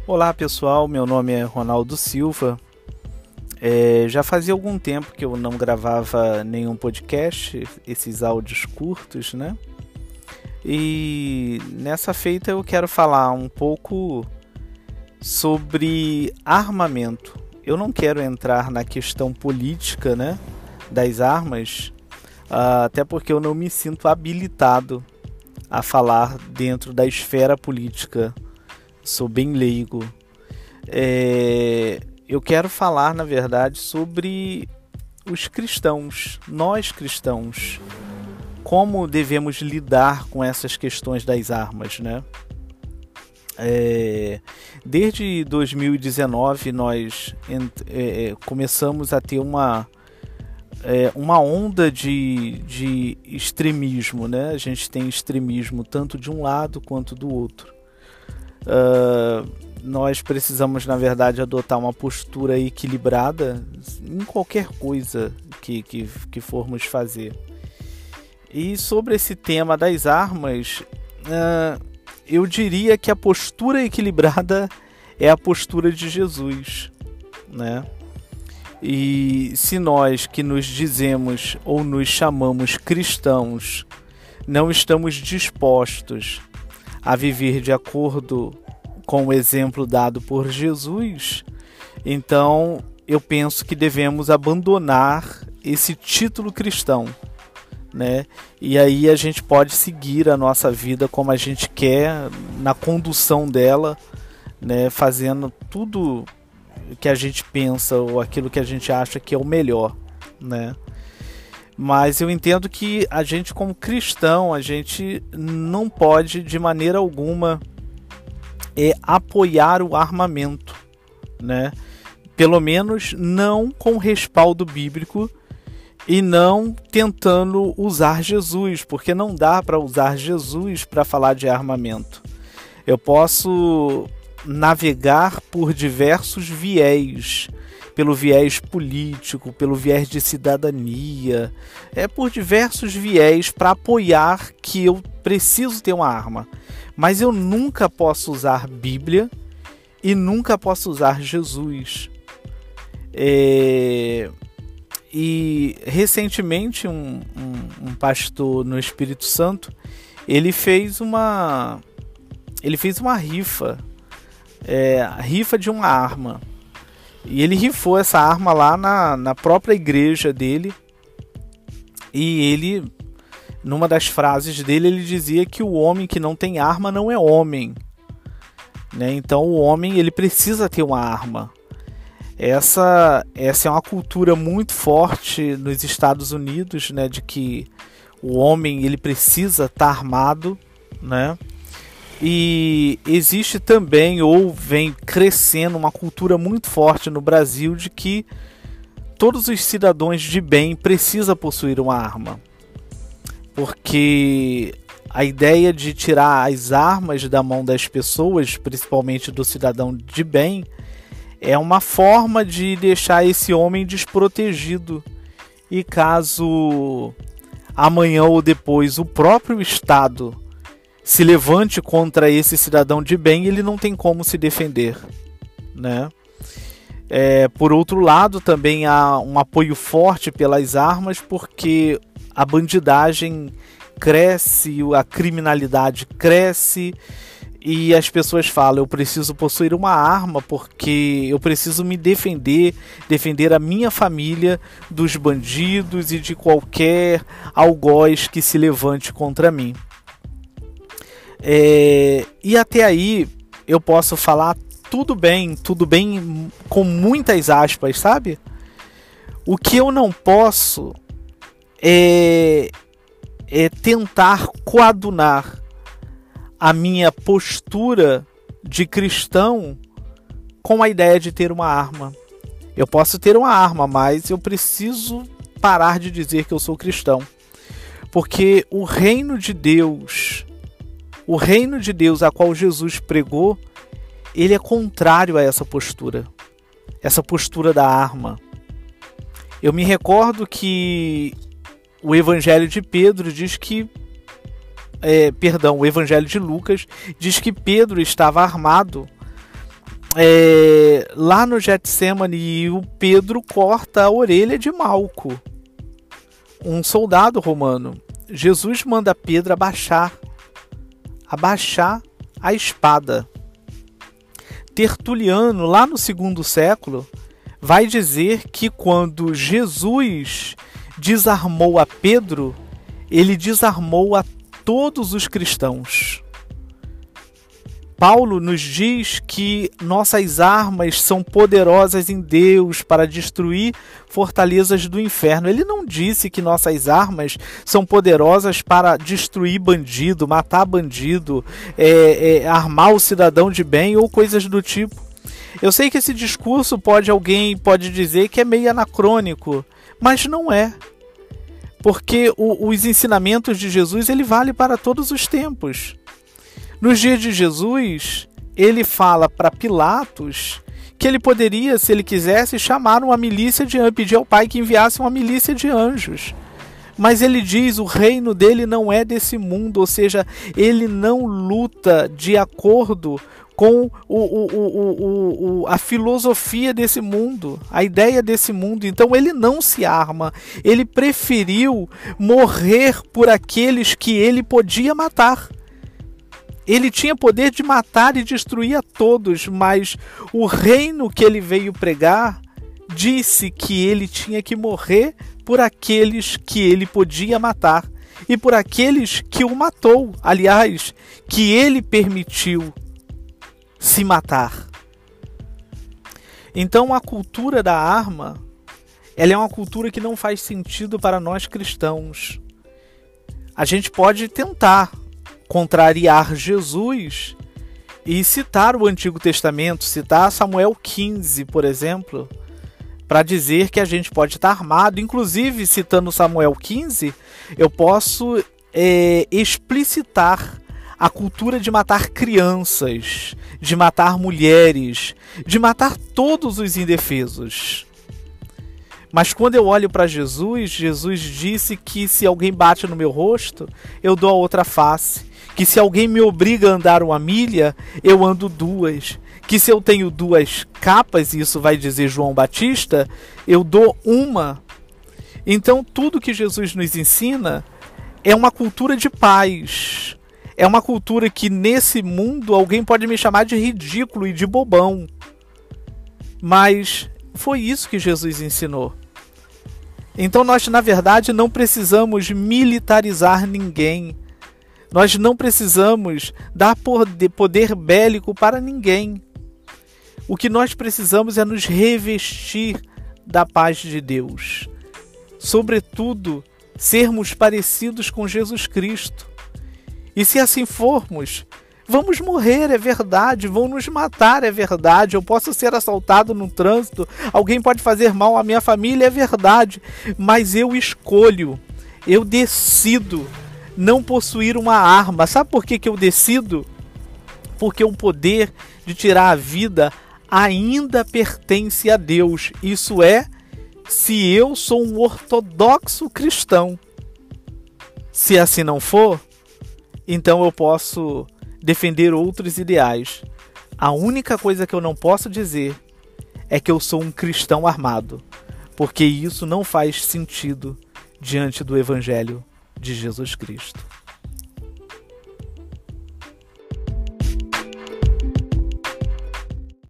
Olá pessoal, meu nome é Ronaldo Silva. Já fazia algum tempo que eu não gravava nenhum podcast, esses áudios curtos, né? E nessa feita eu quero falar um pouco sobre armamento. Eu não quero entrar na questão política, né, das armas, até porque eu não me sinto habilitado a falar dentro da esfera política. Sou bem leigo. Eu quero falar, na verdade, sobre os cristãos, nós cristãos, como devemos lidar com essas questões das armas, né? Desde 2019 nós começamos a ter uma onda de extremismo, né? A gente tem extremismo tanto de um lado quanto do outro. Nós precisamos, na verdade, adotar uma postura equilibrada em qualquer coisa que formos fazer. E sobre esse tema das armas, eu diria que a postura equilibrada é a postura de Jesus, né? E se nós que nos dizemos ou nos chamamos cristãos não estamos dispostos a viver de acordo com o exemplo dado por Jesus, então eu penso que devemos abandonar esse título cristão, né? E aí a gente pode seguir a nossa vida como a gente quer, na condução dela, né? Fazendo tudo que a gente pensa ou aquilo que a gente acha que é o melhor, né? Mas eu entendo que a gente, como cristão, a gente não pode de maneira alguma apoiar o armamento, né? Pelo menos não com respaldo bíblico e não tentando usar Jesus, porque não dá para usar Jesus para falar de armamento. Eu posso navegar por diversos viés, pelo viés político, pelo viés de cidadania, por diversos viés para apoiar que eu preciso ter uma arma. Mas eu nunca posso usar Bíblia e nunca posso usar Jesus. E recentemente um pastor no Espírito Santo, ele fez uma rifa, a rifa de uma arma. E ele rifou essa arma lá na própria igreja dele. E ele, numa das frases dele, ele dizia que o homem que não tem arma não é homem, né? Então o homem, ele precisa ter uma arma. Essa é uma cultura muito forte nos Estados Unidos, né? De que o homem, ele precisa estar armado, né? E existe também, ou vem crescendo, uma cultura muito forte no Brasil de que todos os cidadãos de bem precisam possuir uma arma. Porque a ideia de tirar as armas da mão das pessoas, principalmente do cidadão de bem, é uma forma de deixar esse homem desprotegido. E caso amanhã ou depois o próprio Estado se levante contra esse cidadão de bem, ele não tem como se defender, né? Por outro lado, também há um apoio forte pelas armas, porque a bandidagem cresce, a criminalidade cresce, e as pessoas falam: eu preciso possuir uma arma porque eu preciso me defender a minha família dos bandidos e de qualquer algoz que se levante contra mim. E até aí eu posso falar tudo bem com muitas aspas, sabe? O que eu não posso é tentar coadunar a minha postura de cristão com a ideia de ter uma arma. Eu posso ter uma arma, mas eu preciso parar de dizer que eu sou cristão, porque o reino de Deus a qual Jesus pregou, ele é contrário a essa postura da arma. Eu me recordo que o Evangelho de Pedro diz que o Evangelho de Lucas diz que Pedro estava armado lá no Getsemane, o Pedro corta a orelha de Malco, um soldado romano. Jesus manda Pedro abaixar a espada. Tertuliano, lá no segundo século, vai dizer que quando Jesus desarmou a Pedro, ele desarmou a todos os cristãos. Paulo nos diz que nossas armas são poderosas em Deus para destruir fortalezas do inferno. Ele não disse que nossas armas são poderosas para destruir bandido, matar bandido, armar o cidadão de bem ou coisas do tipo. Eu sei que esse discurso alguém pode dizer que é meio anacrônico, mas não é. Porque os ensinamentos de Jesus ele vale para todos os tempos. Nos dias de Jesus, ele fala para Pilatos que ele poderia, se ele quisesse, chamar uma milícia de anjos, pedir ao Pai que enviasse uma milícia de anjos. Mas ele diz, o reino dele não é desse mundo, ou seja, ele não luta de acordo com a filosofia desse mundo, a ideia desse mundo. Então ele não se arma, ele preferiu morrer por aqueles que ele podia matar. Ele tinha poder de matar e destruir a todos, mas o reino que ele veio pregar disse que ele tinha que morrer por aqueles que ele podia matar e por aqueles que o matou, aliás, que ele permitiu se matar. Então a cultura da arma, ela é uma cultura que não faz sentido para nós cristãos. A gente pode tentar contrariar Jesus e citar o Antigo Testamento, citar Samuel 15, por exemplo, para dizer que a gente pode estar armado. Inclusive, citando Samuel 15, eu posso explicitar a cultura de matar crianças, de matar mulheres, de matar todos os indefesos. Mas quando eu olho para Jesus, Jesus disse que se alguém bate no meu rosto, eu dou a outra face. Que se alguém me obriga a andar 1 milha, eu ando 2. Que se eu tenho 2 capas, e isso vai dizer João Batista, eu dou 1. Então tudo que Jesus nos ensina é uma cultura de paz. É uma cultura que nesse mundo alguém pode me chamar de ridículo e de bobão. Mas foi isso que Jesus ensinou. Então nós, na verdade, não precisamos militarizar ninguém. Nós não precisamos dar poder bélico para ninguém. O que nós precisamos é nos revestir da paz de Deus. Sobretudo, sermos parecidos com Jesus Cristo. E se assim formos, vamos morrer, é verdade, vão nos matar, é verdade, eu posso ser assaltado no trânsito, alguém pode fazer mal à minha família, é verdade, mas eu escolho, eu decido não possuir uma arma. Sabe por que eu decido? Porque o poder de tirar a vida ainda pertence a Deus. Isso é, se eu sou um ortodoxo cristão. Se assim não for, então eu posso defender outros ideais. A única coisa que eu não posso dizer é que eu sou um cristão armado, porque isso não faz sentido diante do Evangelho de Jesus Cristo.